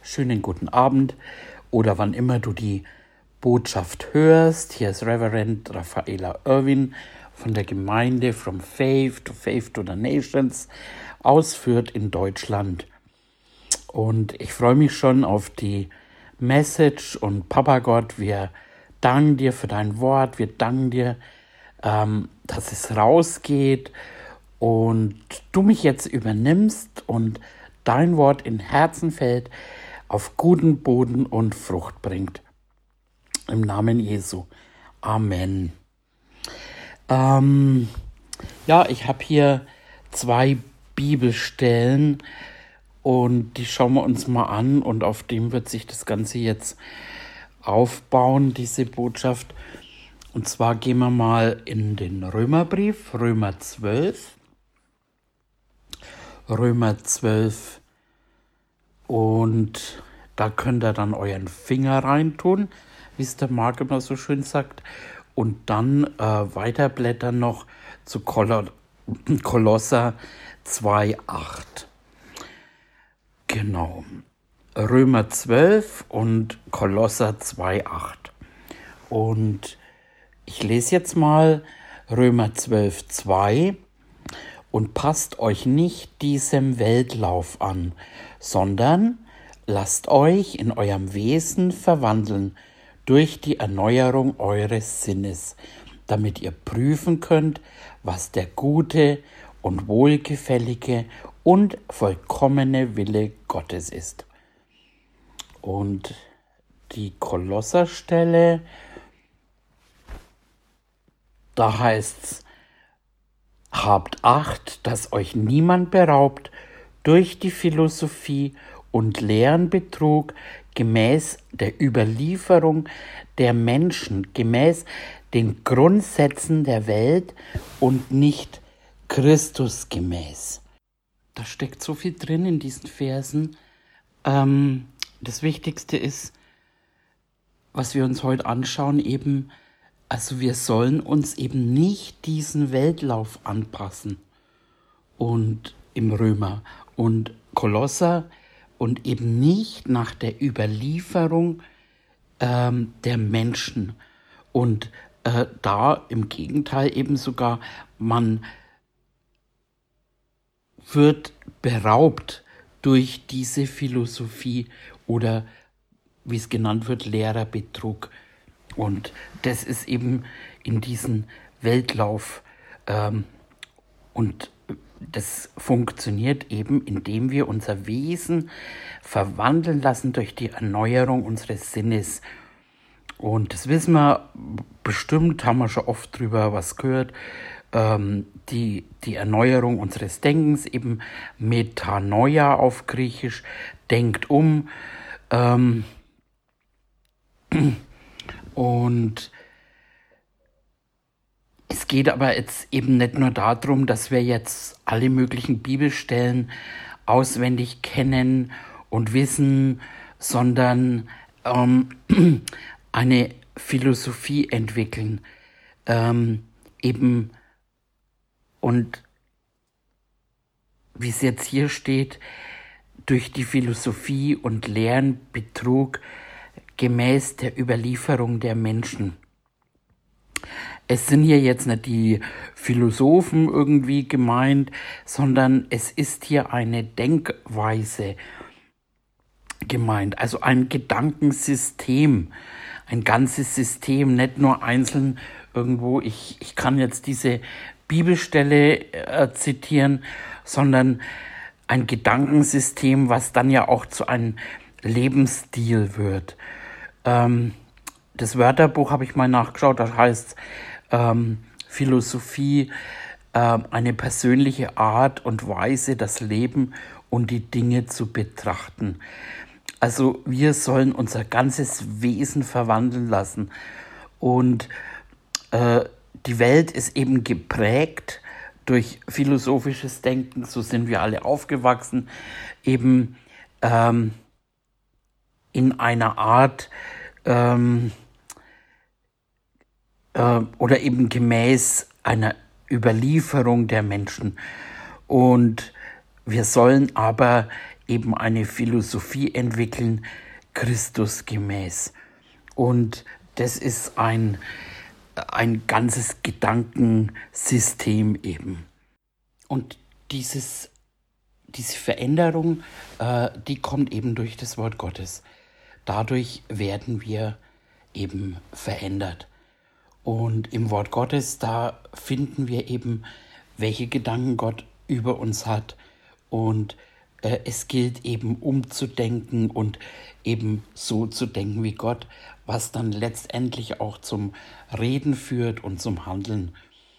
schönen guten Abend oder wann immer du die Botschaft hörst. Hier ist Reverend Raffaela Irwin von der Gemeinde From Faith to the Nations aus Fürth in Deutschland. Und ich freue mich schon auf die Message und Papa Gott, wir danken dir für dein Wort, wir danken dir, dass es rausgeht und du mich jetzt übernimmst und dein Wort in Herzen fällt, auf guten Boden und Frucht bringt. Im Namen Jesu. Amen. Ich habe hier 2 Bibelstellen und die schauen wir uns mal an und auf dem wird sich das Ganze jetzt aufbauen, diese Botschaft. Und zwar gehen wir mal in den Römerbrief, Römer 12. Römer 12 und da könnt ihr dann euren Finger reintun, wie es der Marc immer so schön sagt, und dann weiterblättern noch zu Kolosser 2,8. Genau, Römer 12 und Kolosser 2,8. Und ich lese jetzt mal Römer 12,2. Und passt euch nicht diesem Weltlauf an, sondern lasst euch in eurem Wesen verwandeln durch die Erneuerung eures Sinnes, damit ihr prüfen könnt, was der gute und wohlgefällige und vollkommene Wille Gottes ist. Und die Kolosserstelle, da heißt's: Habt Acht, dass euch niemand beraubt durch die Philosophie und leeren Betrug gemäß der Überlieferung der Menschen, gemäß den Grundsätzen der Welt und nicht Christus gemäß. Da steckt so viel drin in diesen Versen. Das Wichtigste ist, was wir uns heute anschauen, eben, also wir sollen uns eben nicht diesen Weltlauf anpassen. Und im Römer und Kolosser und eben nicht nach der Überlieferung der Menschen. Und da im Gegenteil eben sogar, man wird beraubt durch diese Philosophie oder wie es genannt wird, leerer Betrug. Und das ist eben in diesem Weltlauf und das funktioniert eben, indem wir unser Wesen verwandeln lassen durch die Erneuerung unseres Sinnes. Und das wissen wir bestimmt, haben wir schon oft drüber was gehört, die Erneuerung unseres Denkens, eben Metanoia auf Griechisch, denkt um. Und es geht aber jetzt eben nicht nur darum, dass wir jetzt alle möglichen Bibelstellen auswendig kennen und wissen, sondern eine Philosophie entwickeln. Eben, und wie es jetzt hier steht, durch die Philosophie und leeren Betrug gemäß der Überlieferung der Menschen. Es sind hier jetzt nicht die Philosophen irgendwie gemeint, sondern es ist hier eine Denkweise gemeint, also ein Gedankensystem, ein ganzes System, nicht nur einzeln irgendwo, ich kann jetzt diese Bibelstelle zitieren, sondern ein Gedankensystem, was dann ja auch zu einem Lebensstil wird. Das Wörterbuch habe ich mal nachgeschaut, das heißt Philosophie, eine persönliche Art und Weise, das Leben und die Dinge zu betrachten. Also wir sollen unser ganzes Wesen verwandeln lassen. Und die Welt ist eben geprägt durch philosophisches Denken, so sind wir alle aufgewachsen, eben in einer Art oder eben gemäß einer Überlieferung der Menschen. Und wir sollen aber eben eine Philosophie entwickeln, Christusgemäß. Und das ist ein ganzes Gedankensystem eben. Und diese Veränderung, die kommt eben durch das Wort Gottes. Dadurch werden wir eben verändert. Und im Wort Gottes, da finden wir eben, welche Gedanken Gott über uns hat. Und es gilt eben umzudenken und eben so zu denken wie Gott, was dann letztendlich auch zum Reden führt und zum Handeln.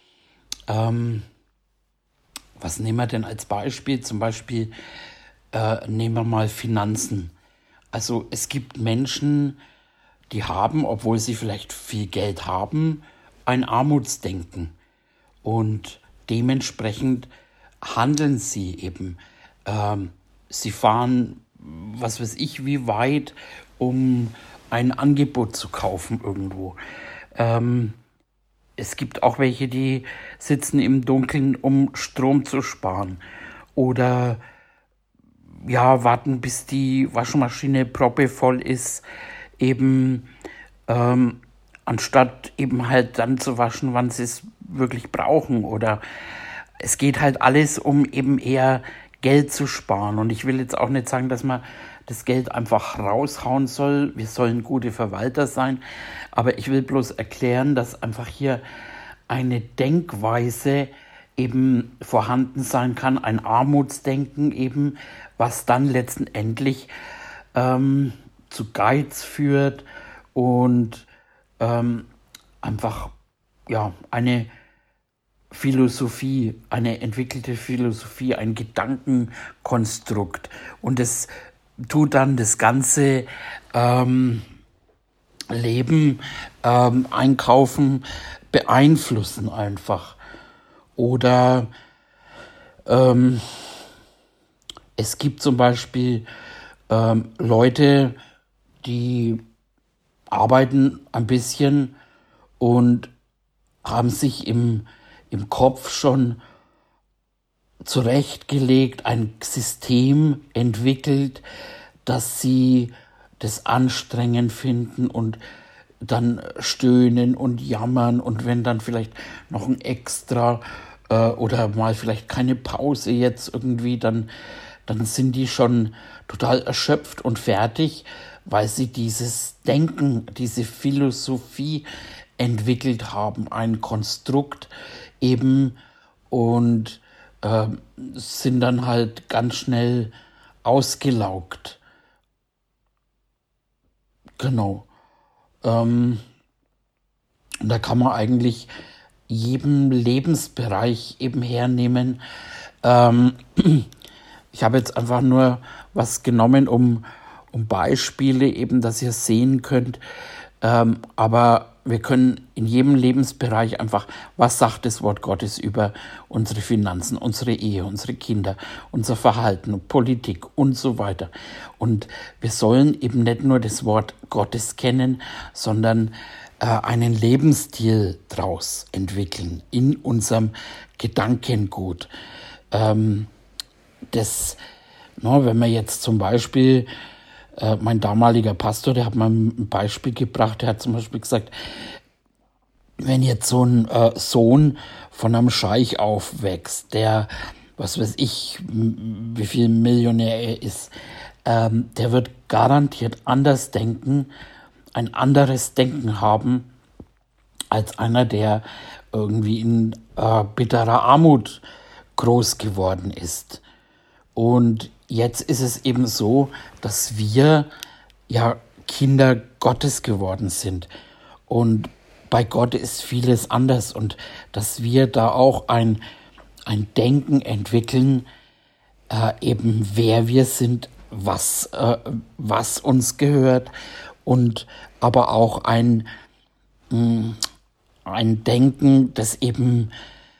Was nehmen wir denn als Beispiel? Zum Beispiel nehmen wir mal Finanzen. Also es gibt Menschen, die haben, obwohl sie vielleicht viel Geld haben, ein Armutsdenken. Und dementsprechend handeln sie eben. Sie fahren, was weiß ich, wie weit, um ein Angebot zu kaufen irgendwo. Es gibt auch welche, die sitzen im Dunkeln, um Strom zu sparen. Oder ja, warten, bis die Waschmaschine proppevoll ist, eben anstatt eben halt dann zu waschen, wann sie es wirklich brauchen. Oder es geht halt alles um eben eher Geld zu sparen. Und ich will jetzt auch nicht sagen, dass man das Geld einfach raushauen soll. Wir sollen gute Verwalter sein. Aber ich will bloß erklären, dass einfach hier eine Denkweise eben vorhanden sein kann, ein Armutsdenken eben, was dann letztendlich zu Geiz führt und einfach ja eine Philosophie, eine entwickelte Philosophie, ein Gedankenkonstrukt. Und es tut dann das ganze Leben, Einkaufen beeinflussen einfach. Oder es gibt zum Beispiel Leute, die arbeiten ein bisschen und haben sich im Kopf schon zurechtgelegt, ein System entwickelt, dass sie das anstrengend finden und dann stöhnen und jammern, und wenn dann vielleicht noch ein Extra oder mal vielleicht keine Pause jetzt irgendwie, dann sind die schon total erschöpft und fertig, weil sie dieses Denken, diese Philosophie entwickelt haben, ein Konstrukt eben, und sind dann halt ganz schnell ausgelaugt. Genau. Da kann man eigentlich jedem Lebensbereich eben hernehmen. Ich habe jetzt einfach nur was genommen, um Beispiele eben, dass ihr sehen könnt. Aber wir können in jedem Lebensbereich einfach, was sagt das Wort Gottes über unsere Finanzen, unsere Ehe, unsere Kinder, unser Verhalten, Politik und so weiter. Und wir sollen eben nicht nur das Wort Gottes kennen, sondern einen Lebensstil draus entwickeln in unserem Gedankengut. Wenn man jetzt zum Beispiel, mein damaliger Pastor, der hat mal ein Beispiel gebracht, der hat zum Beispiel gesagt, wenn jetzt so ein Sohn von einem Scheich aufwächst, der, was weiß ich, wie viel Millionär er ist, der wird garantiert anders denken, ein anderes Denken haben, als einer, der irgendwie in bitterer Armut groß geworden ist. Und jetzt ist es eben so, dass wir ja Kinder Gottes geworden sind. Und bei Gott ist vieles anders. Und dass wir da auch ein Denken entwickeln, eben wer wir sind, was uns gehört. Und aber auch ein Denken, das eben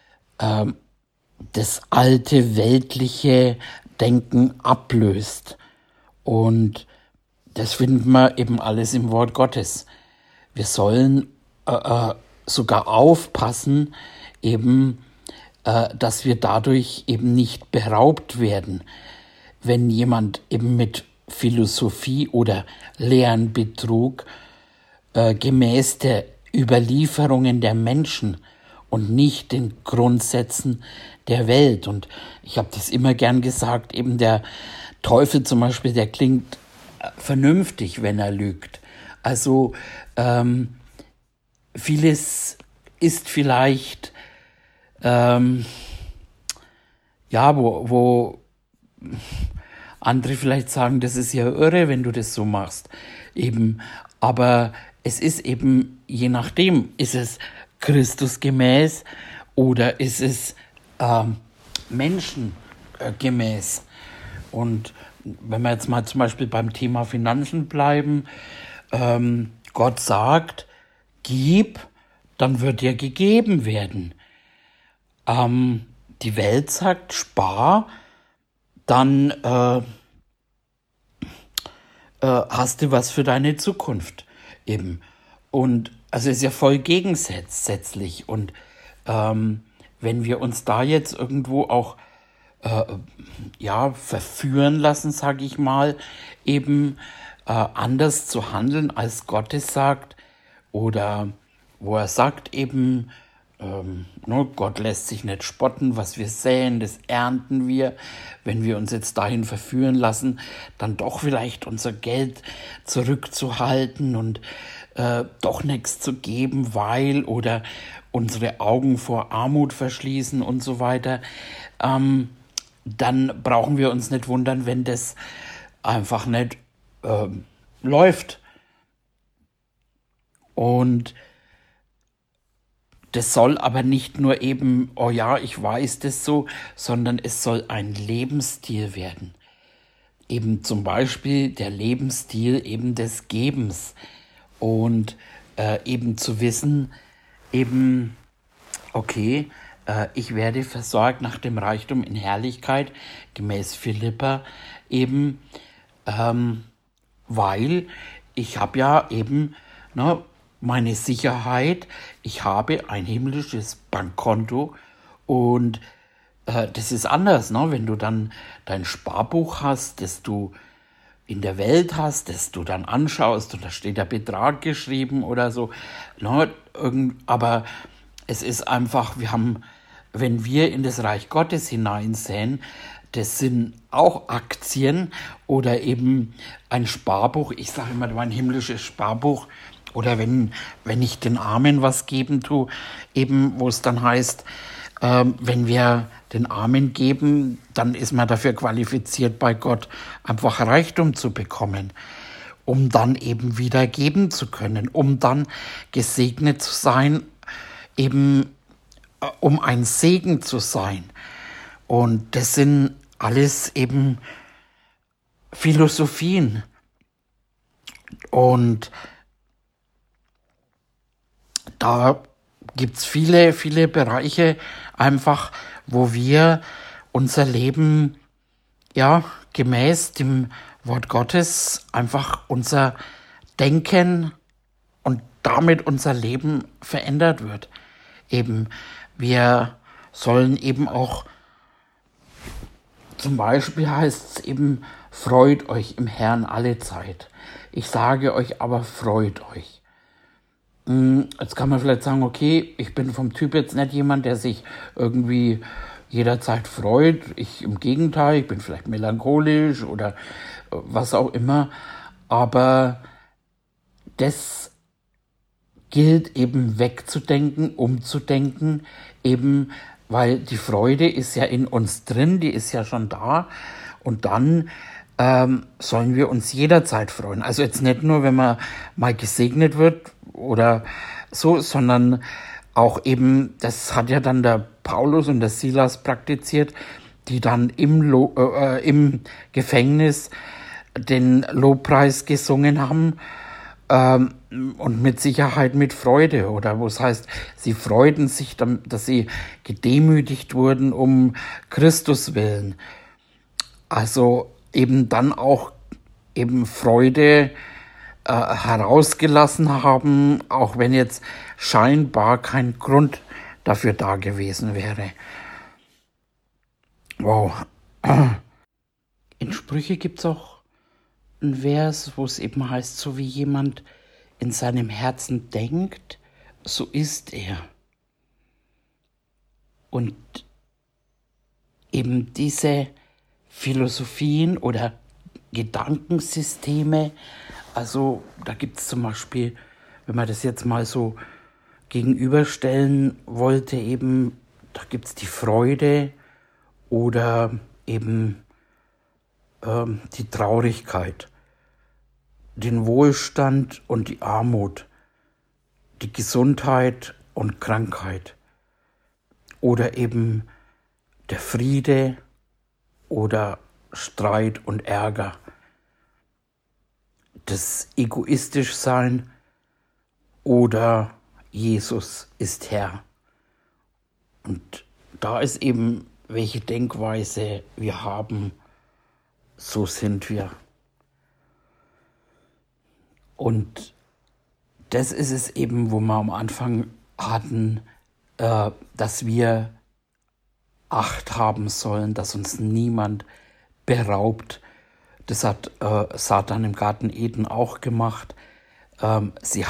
das alte weltliche Denken ablöst. Und das finden wir eben alles im Wort Gottes. Wir sollen sogar aufpassen, eben, dass wir dadurch eben nicht beraubt werden. wenn jemand eben mit Philosophie oder Lehrenbetrug gemäß der Überlieferungen der Menschen und nicht den Grundsätzen der Welt. Und ich habe das immer gern gesagt, eben der Teufel zum Beispiel, der klingt vernünftig, wenn er lügt. Also vieles ist vielleicht wo andere vielleicht sagen, das ist ja irre, wenn du das so machst. Eben, aber es ist eben, je nachdem, ist es Christusgemäß oder ist es menschengemäß. Und wenn wir jetzt mal zum Beispiel beim Thema Finanzen bleiben, Gott sagt, gib, dann wird dir gegeben werden. Die Welt sagt, spar, dann hast du was für deine Zukunft eben. Und also ist ja voll gegensätzlich. Und wenn wir uns da jetzt irgendwo auch verführen lassen, sage ich mal, eben anders zu handeln, als Gott es sagt, oder wo er sagt eben, Gott lässt sich nicht spotten, was wir säen, das ernten wir. Wenn wir uns jetzt dahin verführen lassen, dann doch vielleicht unser Geld zurückzuhalten und doch nichts zu geben, weil, oder unsere Augen vor Armut verschließen und so weiter, dann brauchen wir uns nicht wundern, wenn das einfach nicht läuft. Und das soll aber nicht nur eben, oh ja, ich weiß das so, sondern es soll ein Lebensstil werden. Eben zum Beispiel der Lebensstil eben des Gebens. Und eben zu wissen, eben, okay, ich werde versorgt nach dem Reichtum in Herrlichkeit, gemäß Philipper, eben, weil ich habe ja eben, meine Sicherheit, ich habe ein himmlisches Bankkonto und das ist anders, wenn du dann dein Sparbuch hast, das du in der Welt hast, das du dann anschaust und da steht der Betrag geschrieben oder so. Aber es ist einfach, wenn wir in das Reich Gottes hineinsehen, das sind auch Aktien oder eben ein Sparbuch. Ich sage immer, mein himmlisches Sparbuch. Oder wenn ich den Armen was geben tue, eben wo es dann heißt, wenn wir den Armen geben, dann ist man dafür qualifiziert, bei Gott einfach Reichtum zu bekommen, um dann eben wieder geben zu können, um dann gesegnet zu sein, eben um ein Segen zu sein. Und das sind alles eben Philosophien. Und da gibt's viele, viele Bereiche einfach, wo wir unser Leben, gemäß dem Wort Gottes einfach unser Denken und damit unser Leben verändert wird. Eben, wir sollen eben auch, zum Beispiel heißt es eben, freut euch im Herrn alle Zeit. Ich sage euch aber, freut euch. Jetzt kann man vielleicht sagen, okay, ich bin vom Typ jetzt nicht jemand, der sich irgendwie jederzeit freut. Im Gegenteil, ich bin vielleicht melancholisch oder was auch immer. Aber das gilt eben wegzudenken, umzudenken, eben weil die Freude ist ja in uns drin, die ist ja schon da. Und dann sollen wir uns jederzeit freuen. Also jetzt nicht nur, wenn man mal gesegnet wird oder so, sondern auch eben, das hat ja dann der Paulus und der Silas praktiziert, die dann im Gefängnis den Lobpreis gesungen haben und mit Sicherheit mit Freude, oder wo es heißt, sie freuten sich, dass sie gedemütigt wurden um Christus willen. Also eben dann auch eben Freude herausgelassen haben, auch wenn jetzt scheinbar kein Grund dafür da gewesen wäre. Wow. in Sprüche gibt es auch einen Vers, wo es eben heißt, so wie jemand in seinem Herzen denkt, so ist er. Und eben diese Philosophien oder Gedankensysteme, also da gibt es zum Beispiel, wenn man das jetzt mal so gegenüberstellen wollte, eben, da gibt es die Freude oder eben die Traurigkeit, den Wohlstand und die Armut, die Gesundheit und Krankheit oder eben der Friede oder Streit und Ärger, das Egoistischsein oder Jesus ist Herr. Und da ist eben, welche Denkweise wir haben, so sind wir. Und das ist es eben, wo wir am Anfang hatten, dass wir Acht haben sollen, dass uns niemand beraubt. Das hat Satan im Garten Eden auch gemacht. Sie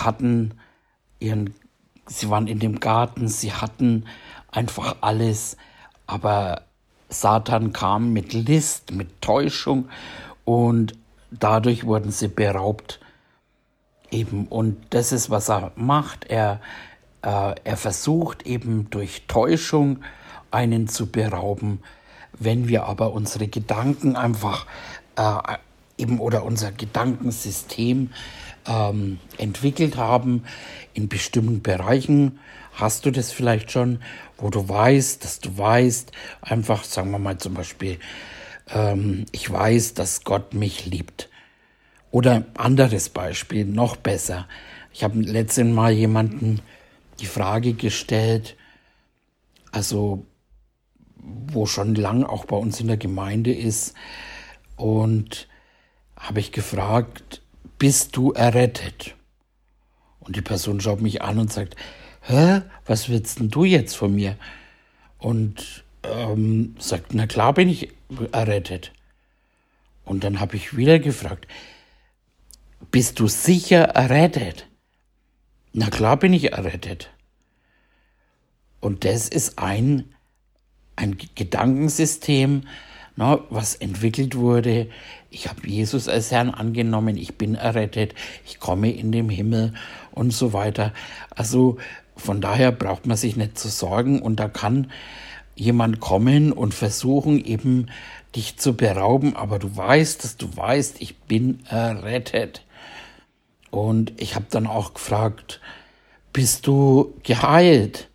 waren in dem Garten, sie hatten einfach alles, aber Satan kam mit List, mit Täuschung und dadurch wurden sie beraubt. Eben, und das ist, was er macht. Er versucht eben durch Täuschung einen zu berauben. Wenn wir aber unsere Gedanken einfach eben oder unser Gedankensystem entwickelt haben in bestimmten Bereichen, hast du das vielleicht schon, wo du weißt, dass du weißt, einfach, sagen wir mal zum Beispiel, ich weiß, dass Gott mich liebt. Oder anderes Beispiel, noch besser. Ich habe letztens mal jemanden die Frage gestellt, also wo schon lang auch bei uns in der Gemeinde ist, und habe ich gefragt, bist du errettet? Und die Person schaut mich an und sagt, hä, was willst denn du jetzt von mir? Und sagt, na klar bin ich errettet. Und dann habe ich wieder gefragt, bist du sicher errettet? Na klar bin ich errettet. Und das ist ein Gedankensystem, was entwickelt wurde. Ich habe Jesus als Herrn angenommen, ich bin errettet, ich komme in den Himmel und so weiter. Also von daher braucht man sich nicht zu sorgen, und da kann jemand kommen und versuchen eben dich zu berauben, aber du weißt, dass du weißt, ich bin errettet. Und ich habe dann auch gefragt, bist du geheilt?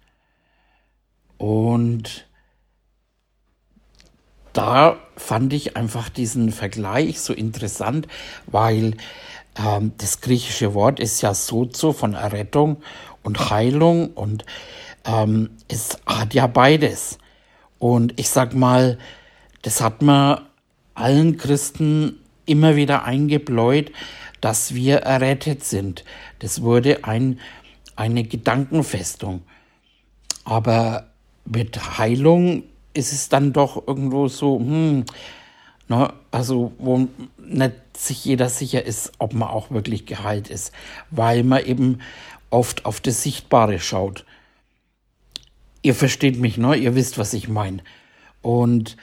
Und da fand ich einfach diesen Vergleich so interessant, weil das griechische Wort ist ja sozo von Errettung und Heilung, und es hat ja beides. Und ich sag mal, das hat man allen Christen immer wieder eingebläut, dass wir errettet sind. Das wurde eine Gedankenfestung. Aber mit Heilung ist es dann doch irgendwo so, also wo nicht sich jeder sicher ist, ob man auch wirklich geheilt ist, weil man eben oft auf das Sichtbare schaut. Ihr versteht mich, ne? Ihr wisst, was ich meine. Und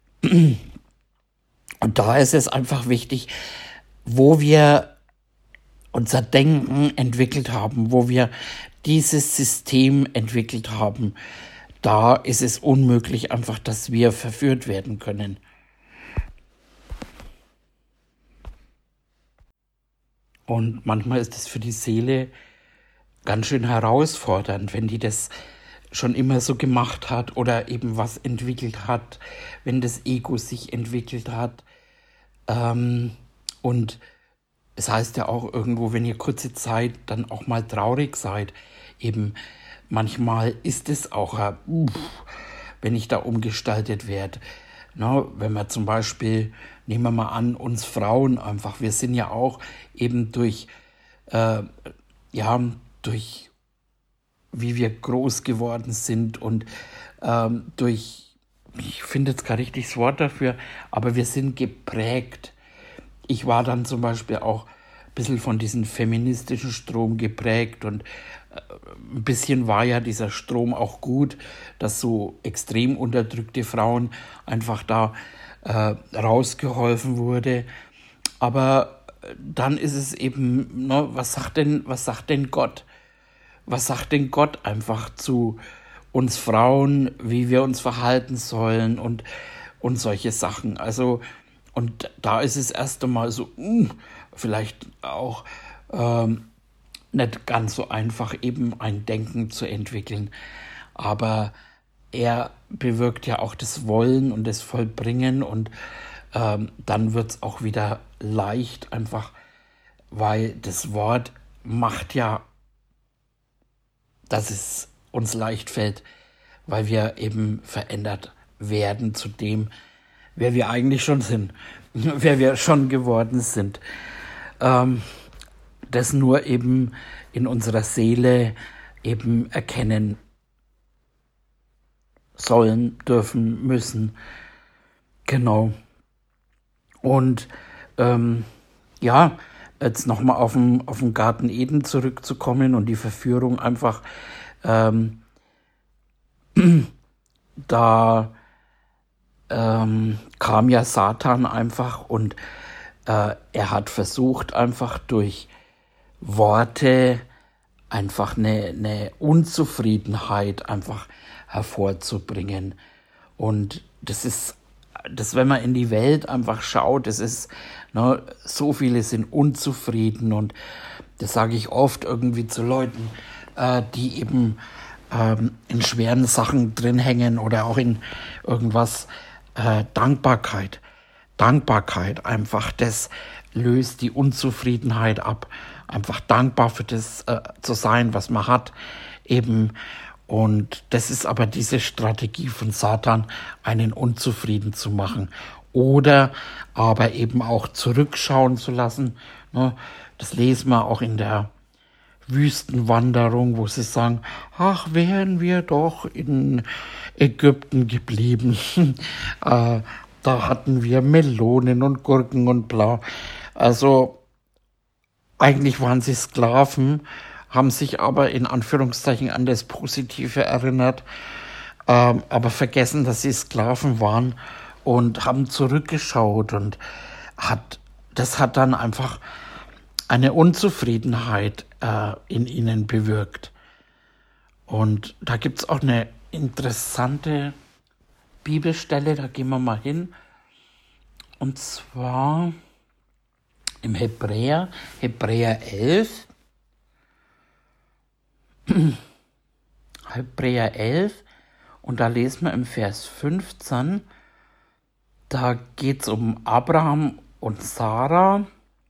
da ist es einfach wichtig, wo wir unser Denken entwickelt haben, wo wir dieses System entwickelt haben, da ist es unmöglich einfach, dass wir verführt werden können. Und manchmal ist es für die Seele ganz schön herausfordernd, wenn die das schon immer so gemacht hat oder eben was entwickelt hat, wenn das Ego sich entwickelt hat. Und es heißt ja auch irgendwo, wenn ihr kurze Zeit dann auch mal traurig seid, eben manchmal ist es auch, wenn ich da umgestaltet werde. Wenn wir zum Beispiel, nehmen wir mal an, uns Frauen einfach, wir sind ja auch eben durch wie wir groß geworden sind und durch ich finde jetzt kein richtiges Wort dafür, aber wir sind geprägt. Ich war dann zum Beispiel auch ein bisschen von diesem feministischen Strom geprägt und ein bisschen war ja dieser Strom auch gut, dass so extrem unterdrückte Frauen einfach da rausgeholfen wurde. Aber dann ist es eben, ne, was sagt denn Gott? Was sagt denn Gott einfach zu uns Frauen, wie wir uns verhalten sollen und solche Sachen. Also, und da ist es erst einmal so, vielleicht auch nicht ganz so einfach, eben ein Denken zu entwickeln. Aber er bewirkt ja auch das Wollen und das Vollbringen und dann wird es auch wieder leicht, einfach weil das Wort macht ja, dass es uns leicht fällt, weil wir eben verändert werden zu dem, wer wir eigentlich schon sind, wer wir schon geworden sind. Das nur eben in unserer Seele eben erkennen sollen, dürfen, müssen. Genau. Und ja, jetzt nochmal auf den Garten Eden zurückzukommen und die Verführung einfach, da kam ja Satan einfach und er hat versucht, einfach durch Worte einfach eine Unzufriedenheit einfach hervorzubringen. Und das, wenn man in die Welt einfach schaut, das ist, ne, so viele sind unzufrieden und das sage ich oft irgendwie zu Leuten, die eben in schweren Sachen drin hängen oder auch in irgendwas, Dankbarkeit einfach, das löst die Unzufriedenheit ab, einfach dankbar für das zu sein, was man hat, eben. Und das ist aber diese Strategie von Satan, einen unzufrieden zu machen oder aber eben auch zurückschauen zu lassen. Ne? Das lesen wir auch in der Wüstenwanderung, wo sie sagen, ach, wären wir doch in Ägypten geblieben. Da hatten wir Melonen und Gurken und bla. Also eigentlich waren sie Sklaven, haben sich aber in Anführungszeichen an das Positive erinnert, aber vergessen, dass sie Sklaven waren und haben zurückgeschaut und das hat dann einfach eine Unzufriedenheit in ihnen bewirkt. Und da gibt es auch eine interessante Bibelstelle, da gehen wir mal hin. Und zwar im Hebräer 11. Hebräer 11. Und da lesen wir im Vers 15, da geht es um Abraham und Sarah.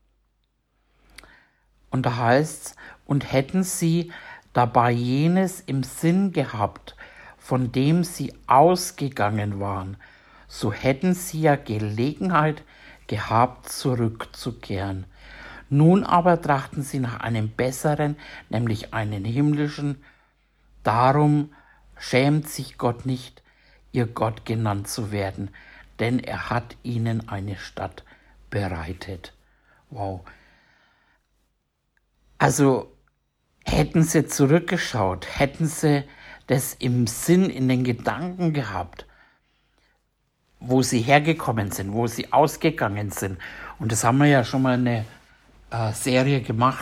Und da heißt es, und hätten sie dabei jenes im Sinn gehabt, von dem sie ausgegangen waren, so hätten sie ja Gelegenheit gehabt, zurückzukehren. Nun aber trachten sie nach einem besseren, nämlich einen himmlischen. Darum schämt sich Gott nicht, ihr Gott genannt zu werden, denn er hat ihnen eine Stadt bereitet. Wow. Also hätten sie zurückgeschaut, hätten sie das im Sinn, in den Gedanken gehabt, wo sie hergekommen sind, wo sie ausgegangen sind. Und das haben wir ja schon mal eine Serie gemacht,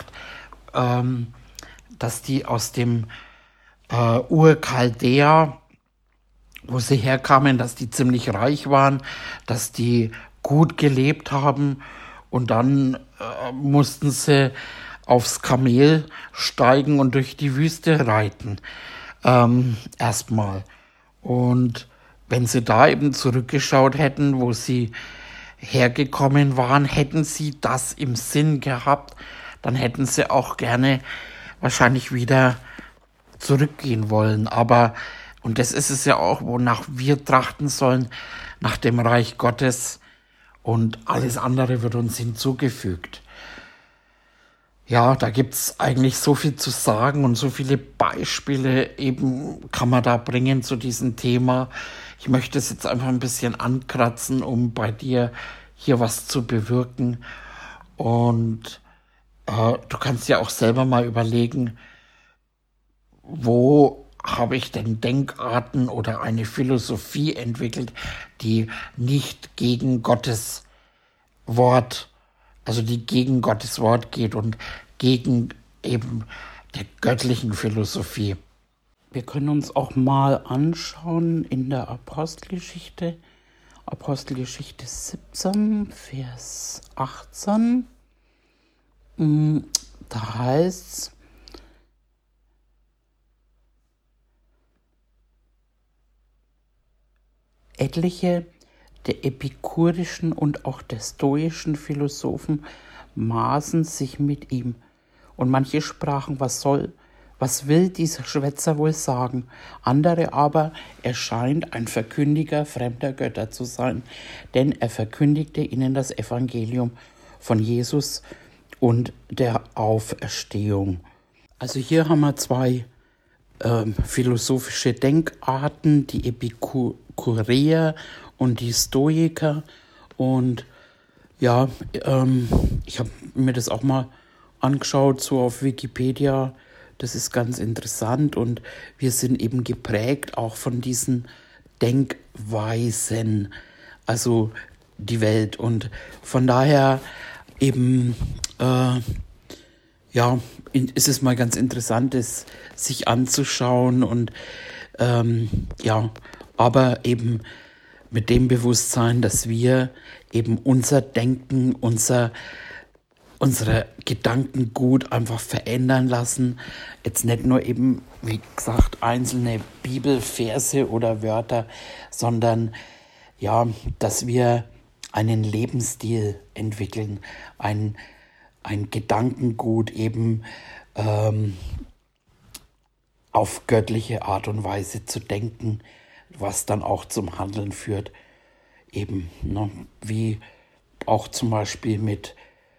dass die aus dem Ur-Chaldea, wo sie herkamen, dass die ziemlich reich waren, dass die gut gelebt haben und dann mussten sie aufs Kamel steigen und durch die Wüste reiten. Erstmal. Und wenn sie da eben zurückgeschaut hätten, wo sie hergekommen waren, hätten sie das im Sinn gehabt, dann hätten sie auch gerne wahrscheinlich wieder zurückgehen wollen. Aber, und das ist es ja auch, wonach wir trachten sollen, nach dem Reich Gottes, und alles andere wird uns hinzugefügt. Ja, da gibt's eigentlich so viel zu sagen und so viele Beispiele eben kann man da bringen zu diesem Thema. ich möchte es jetzt einfach ein bisschen ankratzen, um bei dir hier was zu bewirken. Und du kannst ja auch selber mal überlegen, wo habe ich denn Denkarten oder eine Philosophie entwickelt, die nicht gegen Gottes Wort, also die gegen Gottes Wort geht und gegen eben der göttlichen Philosophie. Wir können uns auch mal anschauen in der Apostelgeschichte 17, Vers 18. Da heißt es: Etliche der epikurischen und auch der stoischen Philosophen maßen sich mit ihm, und manche sprachen, was will dieser Schwätzer wohl sagen? Andere aber, er scheint ein Verkündiger fremder Götter zu sein, denn er verkündigte ihnen das Evangelium von Jesus und der Auferstehung. Also hier haben wir zwei philosophische Denkarten, die Epikureer und die Stoiker. Und ja, ich habe mir das auch mal angeschaut, so auf Wikipedia. Das ist ganz interessant und wir sind eben geprägt auch von diesen Denkweisen, also die Welt. Und von daher eben, ist es mal ganz interessant, es sich anzuschauen und aber eben mit dem Bewusstsein, dass wir eben unser Denken, unsere Gedankengut einfach verändern lassen. Jetzt nicht nur eben, wie gesagt, einzelne Bibelverse oder Wörter, sondern ja, dass wir einen Lebensstil entwickeln, ein Gedankengut eben auf göttliche Art und Weise zu denken, was dann auch zum Handeln führt. Eben, ne, wie auch zum Beispiel mit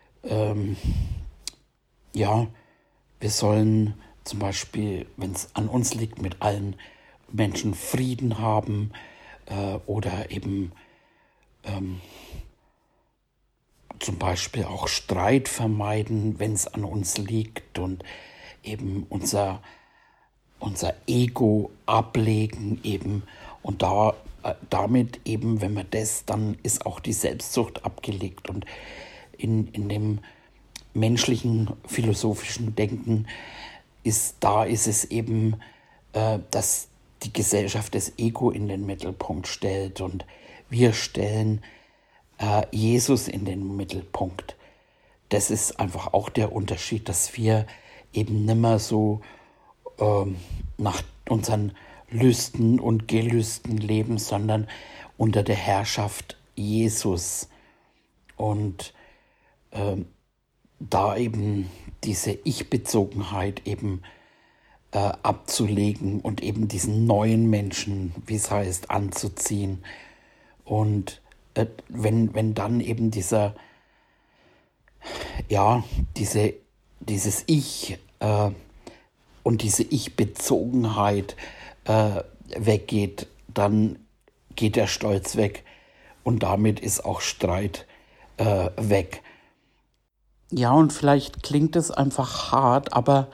wir sollen zum Beispiel, wenn es an uns liegt, mit allen Menschen Frieden haben oder eben zum Beispiel auch Streit vermeiden, wenn es an uns liegt, und eben unser Ego ablegen eben, und damit eben, wenn wir das, dann ist auch die Selbstsucht abgelegt. Und in dem menschlichen philosophischen Denken ist es eben, dass die Gesellschaft das Ego in den Mittelpunkt stellt, und wir stellen Jesus in den Mittelpunkt. Das ist einfach auch der Unterschied, dass wir eben nimmer so nach unseren Lüsten und Gelüsten leben, sondern unter der Herrschaft Jesus. Und da eben diese Ich-Bezogenheit eben abzulegen und eben diesen neuen Menschen, wie es heißt, anzuziehen. Und wenn dann eben dieses Ich und diese Ich-Bezogenheit weggeht, dann geht der Stolz weg und damit ist auch Streit weg. Ja, und vielleicht klingt es einfach hart, aber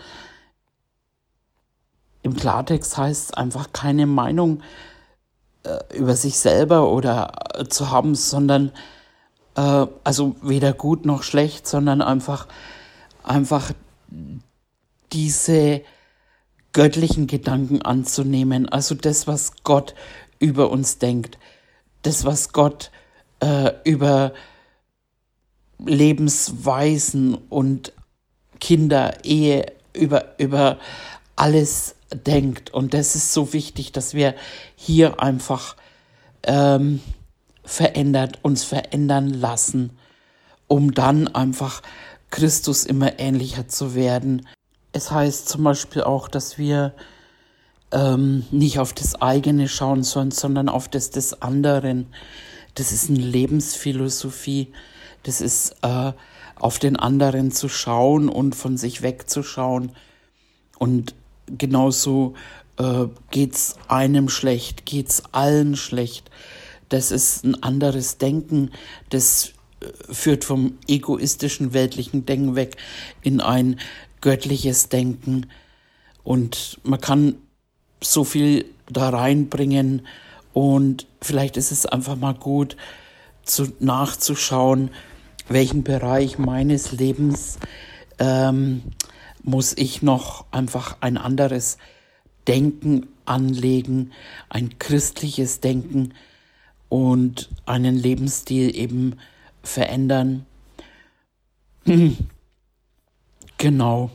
im Klartext heißt es einfach, keine Meinung über sich selber oder zu haben, sondern also weder gut noch schlecht, sondern einfach diese göttlichen Gedanken anzunehmen, also das, was Gott über uns denkt, das, was Gott über Lebensweisen und Kinder, Ehe, über alles denkt. Und das ist so wichtig, dass wir hier einfach uns verändern lassen, um dann einfach Christus immer ähnlicher zu werden. Es heißt zum Beispiel auch, dass wir nicht auf das eigene schauen sollen, sondern auf das des anderen. Das ist eine Lebensphilosophie. Das ist auf den anderen zu schauen und von sich wegzuschauen. Und genauso geht's einem schlecht, geht's allen schlecht. Das ist ein anderes Denken, das führt vom egoistischen, weltlichen Denken weg in ein göttliches Denken. Und man kann so viel da reinbringen und vielleicht ist es einfach mal gut, nachzuschauen, welchen Bereich meines Lebens muss ich noch einfach ein anderes Denken anlegen, ein christliches Denken und einen Lebensstil eben verändern. Genau.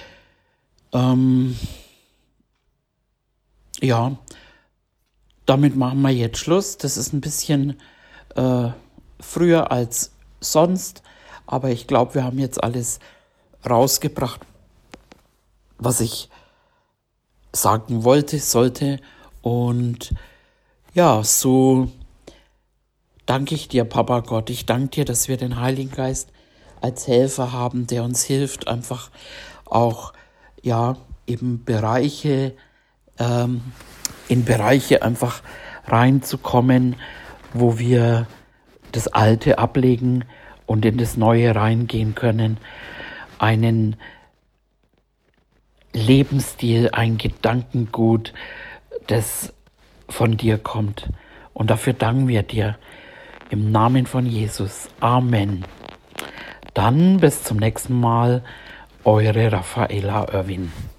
Ja, damit machen wir jetzt Schluss. Das ist ein bisschen früher als sonst, aber ich glaube, wir haben jetzt alles rausgebracht, was ich sagen sollte. Und ja, so danke ich dir, Papa Gott. Ich danke dir, dass wir den Heiligen Geist als Helfer haben, der uns hilft, einfach auch, ja, eben in Bereiche einfach reinzukommen, wo wir das Alte ablegen und in das Neue reingehen können. Einen Lebensstil, ein Gedankengut, das von dir kommt. Und dafür danken wir dir im Namen von Jesus. Amen. Dann bis zum nächsten Mal, eure Raffaella Irwin.